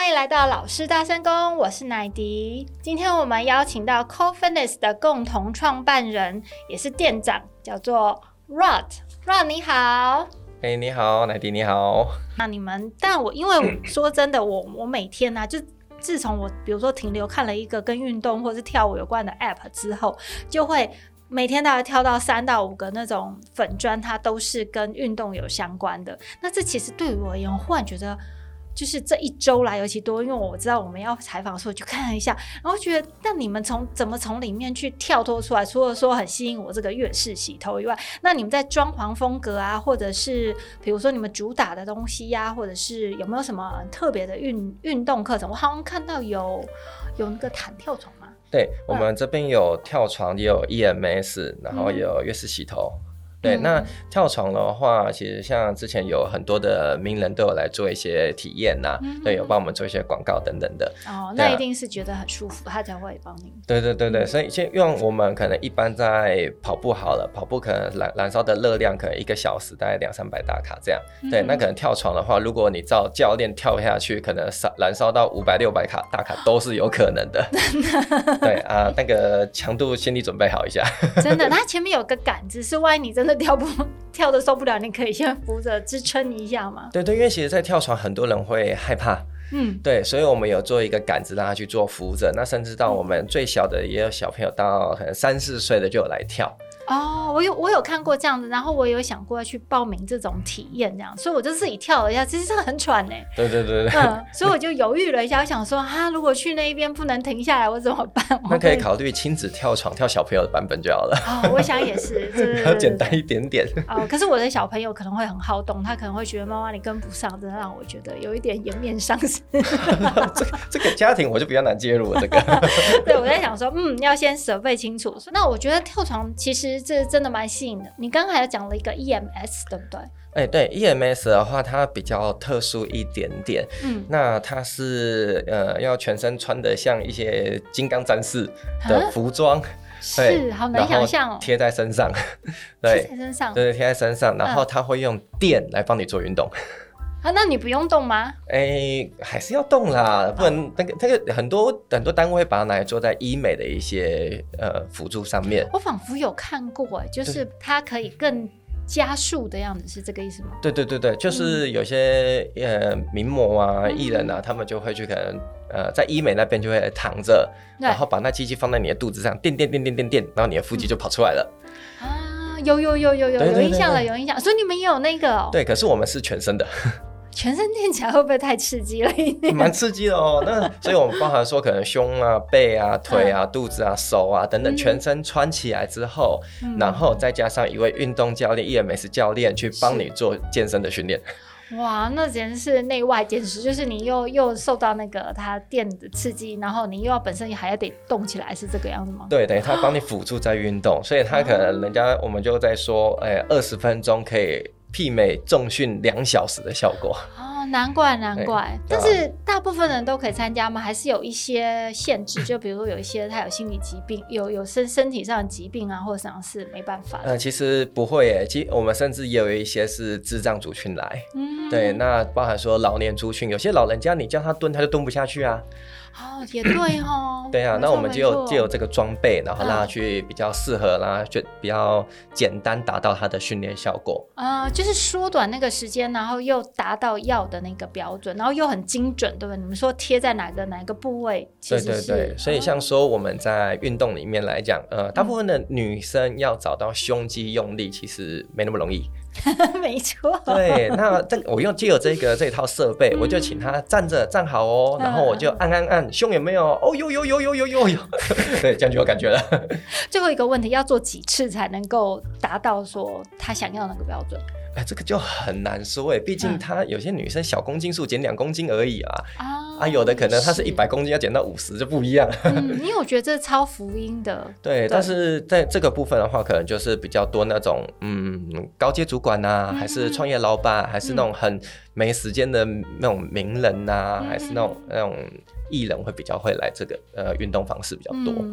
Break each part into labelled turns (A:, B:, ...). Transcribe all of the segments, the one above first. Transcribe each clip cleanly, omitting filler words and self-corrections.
A: 迎来到老师大声公，我是乃迪。今天我们邀请到 Co-Fitness 的共同创办人，也是店长，叫做 Rod。Rod 你好。
B: 你好，乃迪你好。
A: 那你们，但因为说真的，我每天啊，就自从我比如说停留看了一个跟运动或是跳舞有关的 App 之后，就会每天大概跳到3到5个那种粉专，它都是跟运动有相关的。那这其实对于我而言，我忽然觉得就是这一周来尤其多，因为我知道我们要采访的时候就看了一下，然后觉得那你们怎么从里面去跳脱出来？除了说很吸引我这个粤式洗头以外，那你们在装潢风格啊，或者是比如说你们主打的东西啊，或者是有没有什么很特别的运动课程？我好像看到有那个弹跳床嘛。
B: 对，我们这边有跳床，也有 EMS， 然后也有粤式洗头。对，那跳床的话，其实像之前有很多的名人都有来做一些体验呐，对，有帮我们做一些广告等等的。
A: 哦，那一定是觉得很舒服，他才会帮你。
B: 对，所以用我们可能一般在跑步好了，跑步可能燃烧的热量可能1个小时大概200-300大卡这样。对，那可能跳床的话，如果你照教练跳下去，可能燃烧到500-600大卡都是有可能的。对啊，那个强度心理准备好一下。
A: 真的，它前面有个杆子，是万一你真的跳的受不了，你可以先扶着支撑一下嘛。
B: 对，因为其实在跳床很多人会害怕，对，所以我们有做一个杆子让他去做扶着，那甚至到我们最小的也有小朋友到可能3-4岁的就有来跳。
A: 哦，我有看过这样子，然后我有想过要去报名这种体验这样，所以我就自己跳了一下，其实很喘耶。
B: 对，
A: 所以我就犹豫了一下，我想说如果去那一边不能停下来，我怎么办？
B: 那可以考虑亲子跳床，跳小朋友的版本就好了。
A: 哦，我想也是，对，
B: 要简单一点点。
A: 哦，可是我的小朋友可能会很好动，他可能会觉得妈妈你跟不上，真的让我觉得有一点颜面伤势。
B: 这个家庭我就比较难介入了，这个。
A: 对，我在想说，要先设备清楚。那我觉得跳床其实这真的蛮吸引的。你刚刚还有讲了一个 EMS， 对不对？
B: 对 EMS 的话，它比较特殊一点点。那它是要全身穿的像一些金刚战士的服装。
A: 是，好难想象哦。
B: 贴在身上，对，
A: 贴在身上，
B: 对，贴在身上，然后它会用电来帮你做运动。
A: 那你不用动吗？
B: 还是要动啦，不然那个很多单位会把它拿来做在医美的一些辅助上面。
A: 我仿佛有看过，就是它可以更加速的样子，是这个意思吗？
B: 对，就是有些名模啊、艺人啊，他们就会去可能在医美那边就会躺着，然后把那机器放在你的肚子上，电，然后你的腹肌就跑出来了。
A: 有印象了，有印象。所以你们也有那个哦？
B: 对，可是我们是全身的。
A: 全身练起来会不会太刺激了一点？
B: 蛮刺激的哦。那所以我们包含说可能胸啊、背啊、腿啊、肚子啊、手啊等等，全身穿起来之后，然后再加上一位运动教练 EMS 教练去帮你做健身的训练。
A: 哇，那简直是内外兼施，就是你又受到那个它电的刺激，然后你又要本身还要得动起来，是这个样子吗？
B: 对，等于他帮你辅助在运动，所以他可能我们就在说，20分钟可以媲美重训2小时的效果。
A: 难怪。但是大部分人都可以参加吗？还是有一些限制？就比如说有一些他有心理疾病，有身体上的疾病啊，或者什么是没办法的。
B: 其实不会耶，其实我们甚至也有一些是智障族群来。对，那包含说老年族群，有些老人家你叫他蹲，他就蹲不下去啊。
A: 也对哦。
B: 对啊，那我们就有这个装备，然后让他去比较适合，让他就比较简单达到他的训练效果。
A: 就是缩短那个时间，然后又达到要的那个标准，然后又很精准，对不对？你们说贴在哪个部位？其实是
B: 对，所以像说我们在运动里面来讲，大部分的女生要找到胸肌用力，其实没那么容易。
A: 没错。
B: 对，那我借由这一套设备，我就请他站好哦，然后我就按胸有没有？哦，有，对，这样就有感觉了。
A: 最后一个问题，要做几次才能够达到说他想要那个标准？
B: 这个就很难说毕竟他有些女生小公斤数减2公斤而已有的可能她是100公斤要减到50就不一样。
A: 因为我觉得这是超福音的。
B: 对，但是在这个部分的话，可能就是比较多那种高阶主管啊，还是创业老板，还是那种很没时间的那种名人啊，还是那种艺人会比较会来这个运动方式比较多。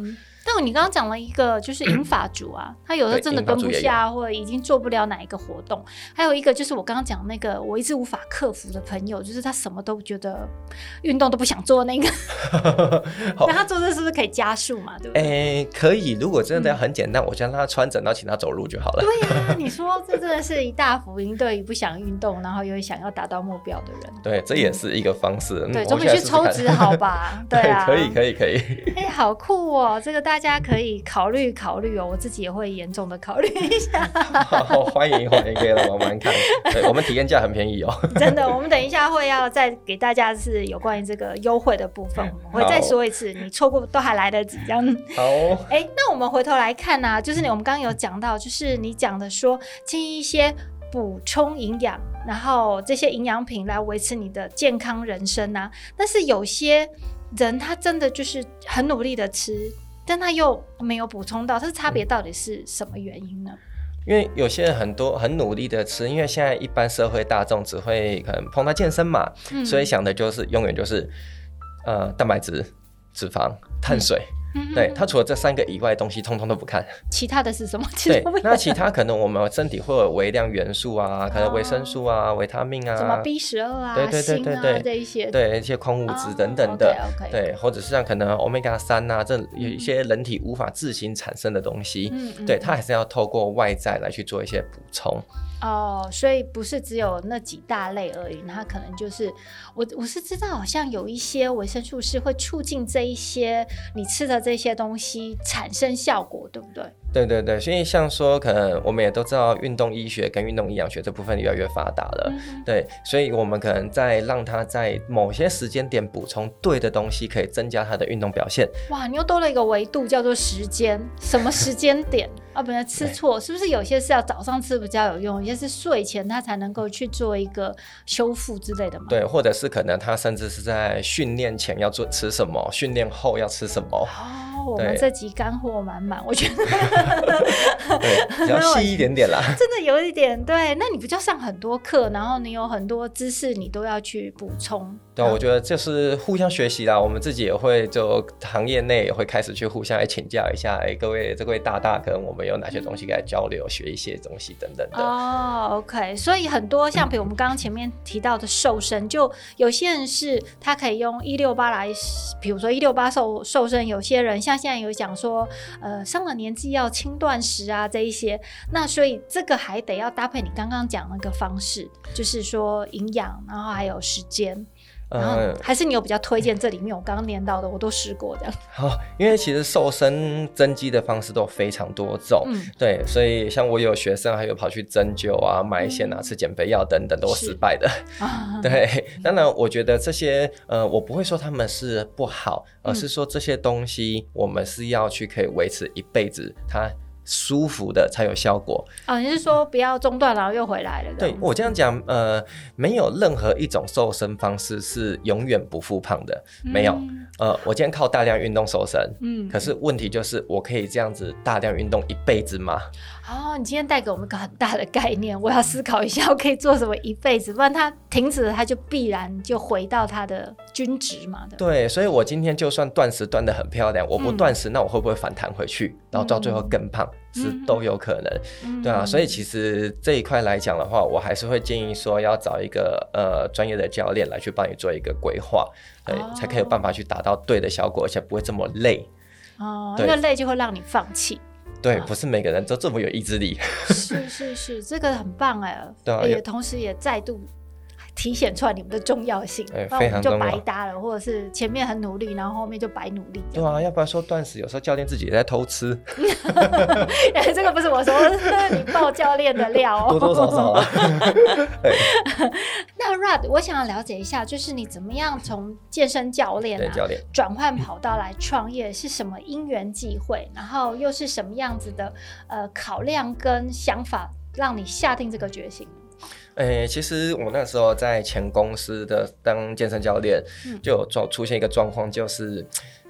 A: 但你刚刚讲了一个就是银发族啊，他有时候真的蹲不下，或者已经做不了哪一个活动。还有一个就是我刚刚讲那个我一直无法克服的朋友，就是他什么都觉得运动都不想做那个。那他做这是不是可以加速嘛？对不对？
B: 可以。如果真的很简单，我就让他穿着，然后请他走路就好了。
A: 对呀，你说这真的是一大福音，对于不想运动，然后又想要达到目标的人。
B: 对，这也是一个方式。
A: 对，总比去抽脂好吧？对啊，
B: 可以。
A: 好酷哦！这个大家可以考虑哦，我自己也会严重的考虑一下。
B: 好，欢迎，可以来玩玩看。对，我们体验价很便宜哦。
A: 真的，我们等一下会要再给大家是有关于这个优惠的部分，我们会再说一次，你错过都还来得及这样。
B: 好，
A: 那我们回头来看啊，就是我们刚刚有讲到，就是你讲的说建议一些补充营养，然后这些营养品来维持你的健康人生啊。但是有些人他真的就是很努力的吃，但他又没有补充到，这差别到底是什么原因呢？
B: 因为有些人很努力的吃，因为现在一般社会大众只会可能碰到健身嘛，所以想的就是永远就是蛋白质、脂肪、碳水。对，他除了这3个以外的东西通通都不看。
A: 其他的是什么？
B: 对，那其他可能我们身体会有微量元素啊，可能维生素啊、维他命啊，
A: 什么 B12啊、锌啊这一些，
B: 对，一些矿物质等等的，
A: 对，
B: 或者是像可能 Omega 3啊，这有一些人体无法自行产生的东西，对，它还是要透过外在来去做一些补充。
A: 所以不是只有那几大类而已，它可能就是我是知道好像有一些维生素是会促进这一些你吃的这些东西产生效果，对不对？
B: 对，所以像说可能我们也都知道运动医学跟运动营养学这部分越来越发达了，对，所以我们可能在让他在某些时间点补充对的东西，可以增加他的运动表现。
A: 哇，你又多了一个维度叫做时间，什么时间点不然吃错，是不是有些是要早上吃比较有用，有些是睡前他才能够去做一个修复之类的吗？
B: 对，或者是可能他甚至是在训练前要吃什么，训练后要吃什么。
A: 我们这集干货满满，我觉得
B: 对，比较细一点点啦。
A: 真的有一点，对，那你不就上很多课，然后你有很多知识你都要去补充。
B: 对，我觉得就是互相学习啦，我们自己也会就行业内也会开始去互相来请教一下，各位大大可能我们有哪些东西可以交流，学一些东西等等的。
A: OK， 所以很多像比如我们刚刚前面提到的瘦身，就有些人是他可以用168来，比如说168瘦身，有些人像现在有讲说上了年纪要轻断食啊这一些，那所以这个还得要搭配你刚刚讲那个方式，就是说营养，然后还有时间。还是你有比较推荐这里面我刚刚念到的我都试过这样。
B: 因为其实瘦身增肌的方式都非常多种，对，所以像我有学生还有跑去针灸啊、埋线啊、吃减肥药等等都失败的。对，当然我觉得这些我不会说他们是不好，而是说这些东西我们是要去可以维持一辈子，它舒服的才有效果。
A: 你是说不要中断然后又回来了？
B: 对，我这样讲，没有任何一种瘦身方式是永远不复胖的，没有。我今天靠大量运动瘦身，可是问题就是我可以这样子大量运动一辈子吗？
A: 你今天带给我们一个很大的概念，我要思考一下我可以做什么一辈子，不然它停止了，它就必然就回到它的均值嘛。
B: 对，所以我今天就算断食断得很漂亮，我不断食，那我会不会反弹回去，然后到最后更胖？是都有可能，对啊，所以其实这一块来讲的话，我还是会建议说要找一个专业的教练来去帮你做一个规划，对，才可以有办法去达到对的效果，而且不会这么累。
A: 因为累就会让你放弃。
B: 对，不是每个人都这么有意志力。
A: 是，这个很棒哎，
B: 对啊，
A: 也同时也再度体现出来你们的重要性，
B: 非常重要，
A: 就白搭了，或者是前面很努力，然后后面就白努力。
B: 对啊，要不然说断食，有时候教练自己也在偷吃。
A: 这个不是我说，你爆教练的料
B: 多多少少啊。
A: 那 Rod， 我想要了解一下，就是你怎么样从健身教练转换跑道来创业，是什么因缘际会，然后又是什么样子的考量跟想法，让你下定这个决心？
B: 其实我那时候在前公司的当健身教练，就有出现一个状况，就是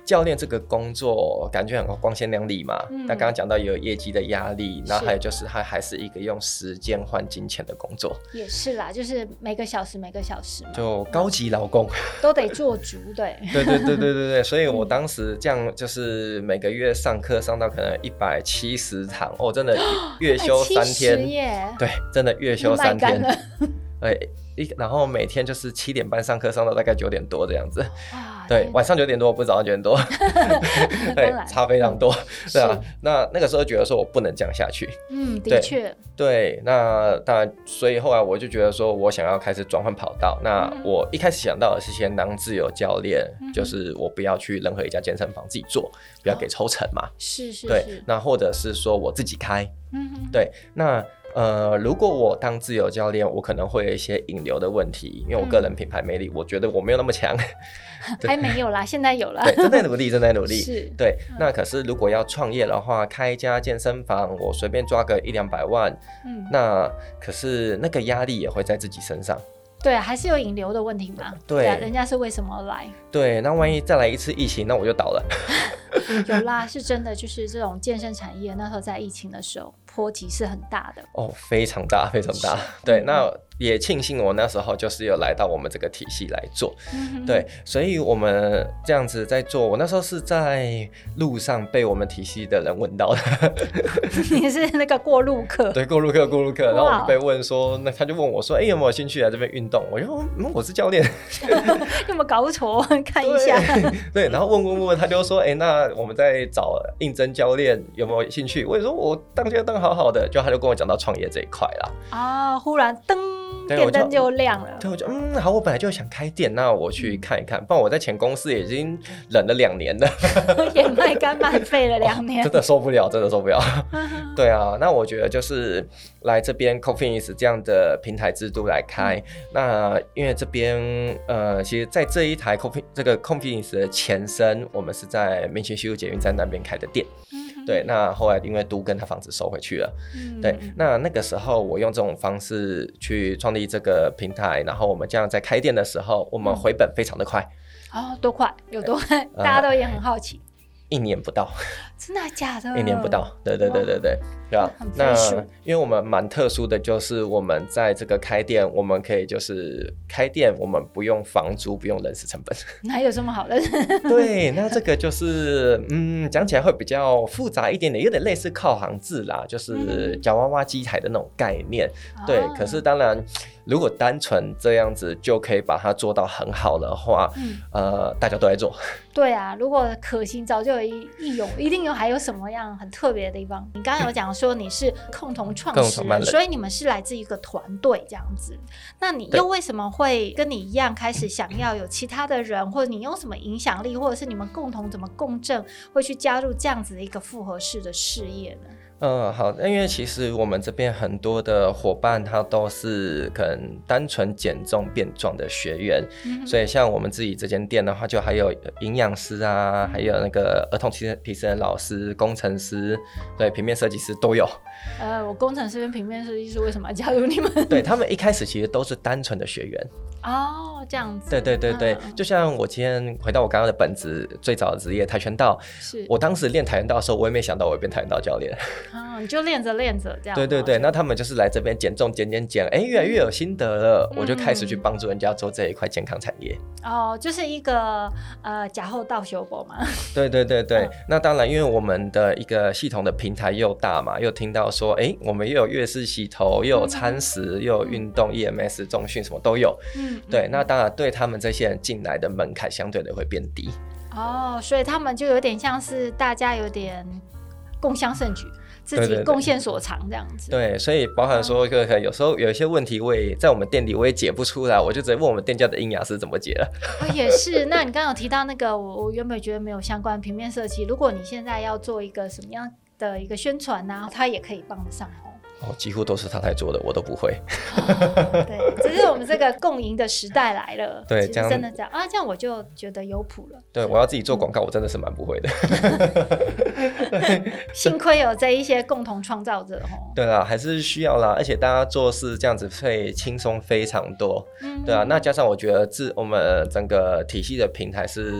B: 教练这个工作感觉很光鲜亮丽嘛，但刚刚讲到也有业绩的压力，然后还有就是它还是一个用时间换金钱的工作，
A: 也是啦，就是每个小时嘛，
B: 就高级劳工
A: 都得做足，对，
B: 对，所以我当时这样就是每个月上课上到可能170堂哦，真的月休3天
A: 耶，
B: 对，真的月休3天，然后每天就是7点半上课上到大概9点多这样子，对，晚上9点多不是早上9点多对，差非常多，对啊，那个时候觉得说我不能这样下去，
A: 的确，
B: 对，那当然，所以后来我就觉得说我想要开始转换跑道，那我一开始想到的是先当自由教练，就是我不要去任何一家健身房自己做，不要给抽成嘛，
A: 是，
B: 对，那或者是说我自己开，对，那如果我当自由教练，我可能会有一些引流的问题，因为我个人品牌魅力，我觉得我没有那么强，
A: 还没有啦，现在有啦，
B: 对，正在努力，
A: 是，
B: 对。那可是如果要创业的话，开一家健身房，我随便抓个100-200万，那可是那个压力也会在自己身上。
A: 对，还是有引流的问题嘛？对啊，人家是为什么来？
B: 对，那万一再来一次疫情，那我就倒了。
A: 有啦，是真的，就是这种健身产业那时候在疫情的时候波及是很大的
B: 哦，非常大。对，那也庆幸我那时候就是有来到我们这个体系来做，对，所以我们这样子在做。我那时候是在路上被我们体系的人问到的，
A: 你是那个过路客？
B: 对，过路客。然后我们被问说，那他就问我说，有没有兴趣来这边运动？我就说，我是教练，
A: 有没有搞错？看一下。
B: 对，然后问，他就说，那我们在找应征教练，有没有兴趣？我也说我当教练当好的，就他就跟我讲到创业这一块啦。
A: 忽然灯。电灯就亮了。
B: 对，我就好，我本来就想开店，那我去看一看。不然我在前公司已经忍了2年了，
A: 也卖肝卖肺了2年，
B: 真的受不了。对啊，那我觉得就是来这边 Coffinis 这样的平台制度来开。那因为这边其实在这一台这个 Coffinis 的前身，我们是在民权西路捷运站那边开的店。对，那后来因为都跟他房子收回去了，对，那个时候我用这种方式去创立这个平台，然后我们这样在开店的时候，我们回本非常的快。
A: 多快？有多快？大家都也很好奇。
B: 1年不到。
A: 真的假的？1
B: 年不到，对吧？那因为我们蛮特殊的，就是我们在这个开店，我们可以就是开店，我们不用房租，不用人事成本。
A: 哪有这么好的？
B: 对，那这个就是讲起来会比较复杂一点点，有点类似靠行制啦，就是夹娃娃机台的那种概念。对，可是当然，如果单纯这样子就可以把它做到很好的话，大家都在做。
A: 对啊，如果可行，早就有一定有还有什么样很特别的地方？你刚刚有讲说你是共同创始人，所以你们是来自一个团队这样子。那你又为什么会跟你一样开始想要有其他的人，或者你用什么影响力，或者是你们共同怎么共振，会去加入这样子的一个复合式的事业呢？
B: 好，因为其实我们这边很多的伙伴，他都是可能单纯减重变壮的学员，所以像我们自己这间店的话，就还有营养师啊，还有那个儿童提升老师、工程师，对，平面设计师都有。
A: 我工程师跟平面设计师为什么要加入你们？
B: 对，他们一开始其实都是单纯的学员。
A: 这样子。
B: 对，就像我今天回到我刚刚的本职，最早的职业跆拳道，是我当时练跆拳道的时候，我也没想到我会变跆拳道教练。
A: 你就练着这样。
B: 对，那他们就是来这边减重减，越来越有心得了，我就开始去帮助人家做这一块健康产业。
A: 就是一个假后倒修补嘛。
B: 对，那当然，因为我们的一个系统的平台又大嘛，又听到说，我们又有月式洗头，又有餐食，又有运动 EMS 重训，什么都有。对，那当然对他们这些人进来的门槛相对的会变低。
A: 所以他们就有点像是大家有点共襄盛举，自己贡献所长这样子。
B: 对，所以包含说有时候有一些问题，我也在我们店里我也解不出来，我就直接问我们店家的营养师怎么解了。
A: 也是。那你刚刚有提到那个，我原本觉得没有相关平面设计，如果你现在要做一个什么样的一个宣传啊，他也可以帮得上。
B: 几乎都是他在做的，我都不会。
A: 对，只是我们这个共赢的时代来了。
B: 对，这样
A: 真的这样这样我就觉得有谱了。
B: 对，我要自己做广告，我真的是蛮不会的。
A: 幸亏有这一些共同创造者。
B: 对啦，还是需要啦，而且大家做事这样子会轻松非常多。对啊，那加上我觉得我们整个体系的平台是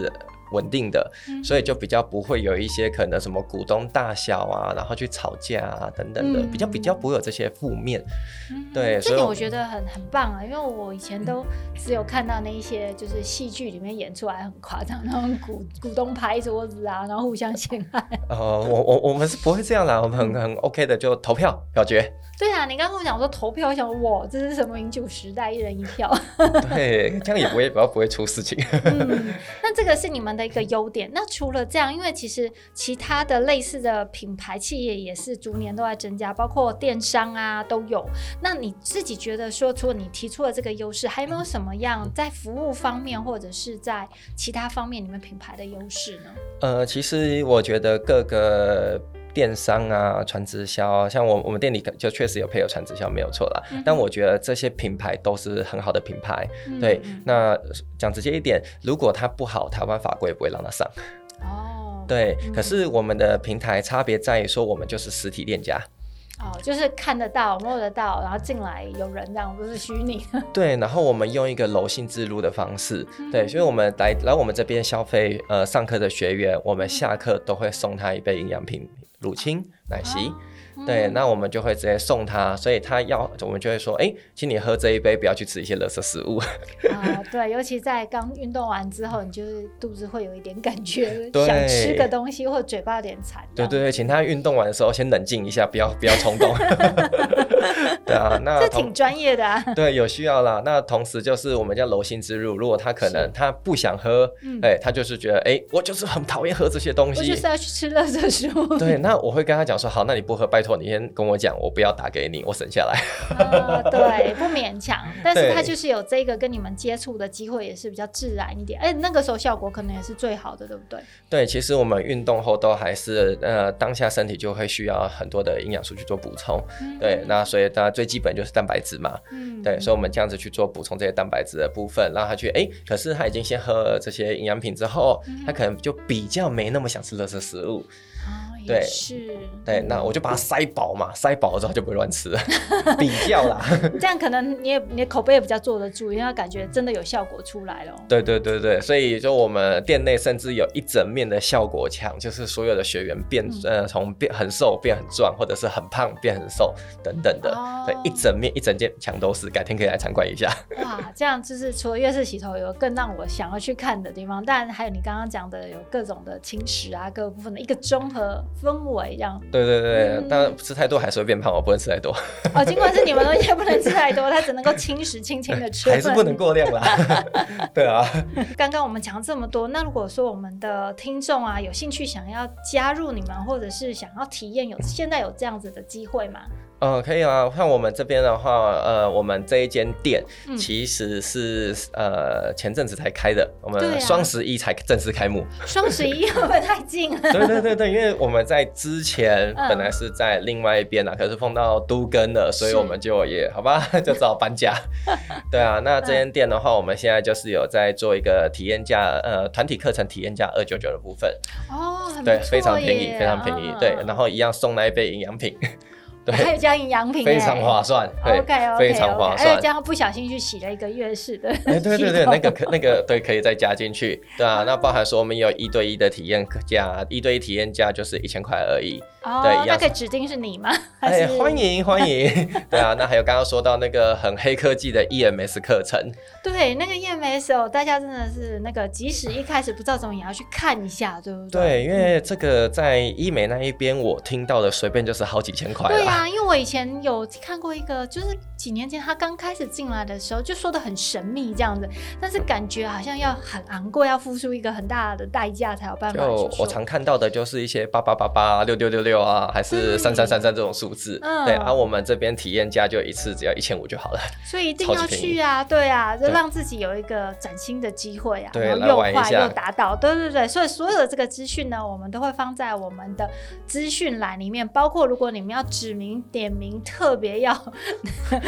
B: 稳定的，所以就比较不会有一些可能什么股东大小啊，然后去吵架啊等等的，比较不会有这些负面。对，
A: 这点我觉得很棒啊，因为我以前都只有看到那一些就是戏剧里面演出来很夸张，然后股东拍桌子啊，然后互相陷害。
B: 我们是不会这样啦，我们很 OK 的，就投票表决。
A: 对啊，你刚刚跟我讲说投票，我想哇，这是什么民主时代，一人一票。
B: 对，这样也不会出事情。
A: 那这个是你们的一个优点。那除了这样，因为其实其他的类似的品牌企业也是逐年都在增加，包括电商啊都有。那你自己觉得说，除了你提出的这个优势，还有没有什么样在服务方面或者是在其他方面你们品牌的优势呢？
B: 其实我觉得各个电商啊、传直销，像我们店里就确实有配合传直销，没有错啦。但我觉得这些品牌都是很好的品牌。对，那讲直接一点，如果它不好，台湾法规也不会让它上。对，可是我们的平台差别在于说，我们就是实体店家。
A: 就是看得到、摸得到，然后进来有人这样，不是虚拟的。对，
B: 然后我们用一个柔性置入的方式，对，所以我们来我们这边消费，上课的学员，我们下课都会送他一杯营养品乳清奶昔。对，那我们就会直接送他，所以我们就会说，请你喝这一杯，不要去吃一些垃圾食物。
A: 对，尤其在刚运动完之后，你就是肚子会有一点感觉，想吃个东西或嘴巴有点馋。
B: 对，请他运动完的时候先冷静一下，不要冲动。对啊，那
A: 这挺专业的啊。
B: 对，有需要啦。那同时就是我们叫柔性置入，如果他可能他不想喝，他就是觉得我就是很讨厌喝这些东西，
A: 我就是要去吃垃圾食物。
B: 对，那我会跟他讲说，好，那你不喝，拜托你先跟我讲，我不要打给你，我省下来。
A: 对，不勉强，但是他就是有这个跟你们接触的机会，也是比较自然一点。那个时候效果可能也是最好的，对不对？
B: 对，其实我们运动后都还是当下身体就会需要很多的营养素去做补充。对，那所以最基本就是蛋白质嘛。对，所以我们这样子去做补充这些蛋白质的部分，让他去可是他已经先喝了这些营养品之后，他可能就比较没那么想吃垃圾食物。对，对，那我就把它塞饱嘛，塞饱了之后就不会乱吃了。比较啦，
A: 这样可能你的口碑也比较坐得住，因为他感觉真的有效果出来了。
B: 对，所以就我们店内甚至有一整面的效果墙，就是所有的学员从变很瘦变很壮，或者是很胖变很瘦等等的，对，一整面一整间墙都是，改天可以来参观一下。
A: 哇，这样就是除了粤式洗头有更让我想要去看的地方，但还有你刚刚讲的有各种的轻食啊，各个部分的一个综合氛围这样。
B: 对，当然吃太多还是会变胖，我不能吃太多。
A: 尽管是你们东西不能吃太多，它只能够轻食轻轻的吃，
B: 还是不能过量啦。对啊。
A: 刚刚我们讲这么多，那如果说我们的听众啊有兴趣想要加入你们，或者是想要体验现在有这样子的机会吗？
B: 可以啊，像我们这边的话，我们这一间店其实是前阵子才开的，我们双11才正式开幕。
A: 双11会不会太近了？
B: 对，因为我们在之前本来是在另外一边啊，可是碰到都更了，所以我们就好吧，就只好搬家。对啊，那这间店的话，我们现在就是有在做一个体验价，团体课程体验价299的部分。
A: 很不错耶。
B: 对，非常便宜，非常便宜。对，然然后一样送那一杯营养品。对，
A: 还有加营养品，
B: 非常划算。对
A: OK，
B: 非常划算。
A: 还有这样不小心去洗了一个粤式的。
B: 对，那个对，可以再加进去。对啊，那包含说我们有1对1的体验价，1对1体验价就是1000块而已。对，
A: 那可以指定是你吗？
B: 欢迎。对啊，那还有刚刚说到那个很黑科技的 EMS 课程。
A: 对，那个 EMS 大家真的是那个，即使一开始不知道怎么，也要去看一下，对不对？
B: 对，因为这个在医美那一边，我听到的随便就是好几千块啦。
A: 对啊，因为我以前有看过一个，就是几年前他刚开始进来的时候，就说的很神秘这样子，但是感觉好像要很昂贵，要付出一个很大的代价才有办法去做。
B: 我常看到的就是一些8888、6666啊，还是3333这种数字。对，我们这边体验价就一次只要1500就好了。
A: 所以一定要去啊，对啊，就让自己有一个崭新的机会啊，
B: 对，
A: 然后又快又达到，对，所以所有的这个资讯呢，我们都会放在我们的资讯栏里面，包括如果你们要指名点名特别要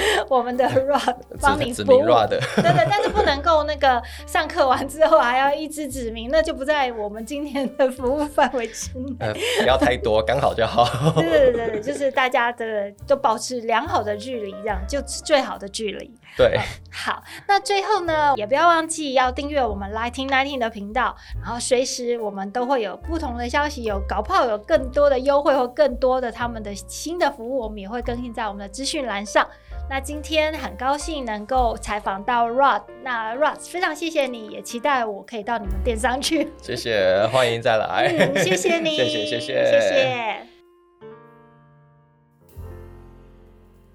A: 我们的 Rod 帮你
B: 指
A: 服务。
B: 明 Rod
A: 对，但是不能够那个上课完之后还要一直指明，那就不在我们今天的服务范围之内。
B: 不要太多，刚好就好。
A: 对，就是大家的都保持良好的距离，这样就是最好的距离。
B: 对，
A: 好，那最后呢，也不要忘记要订阅我们 Lighting 的频道，然后随时我们都会有不同的消息，搞不好有更多的优惠或更多的他们的新的服务，我们也会更新在我们的资讯栏上。那今天很高兴能够采访到 Rod， 那 Rod 非常谢谢你，也期待我可以到你们店上去。
B: 谢谢，欢迎再来。
A: 谢谢你，
B: 谢谢。
A: 谢谢。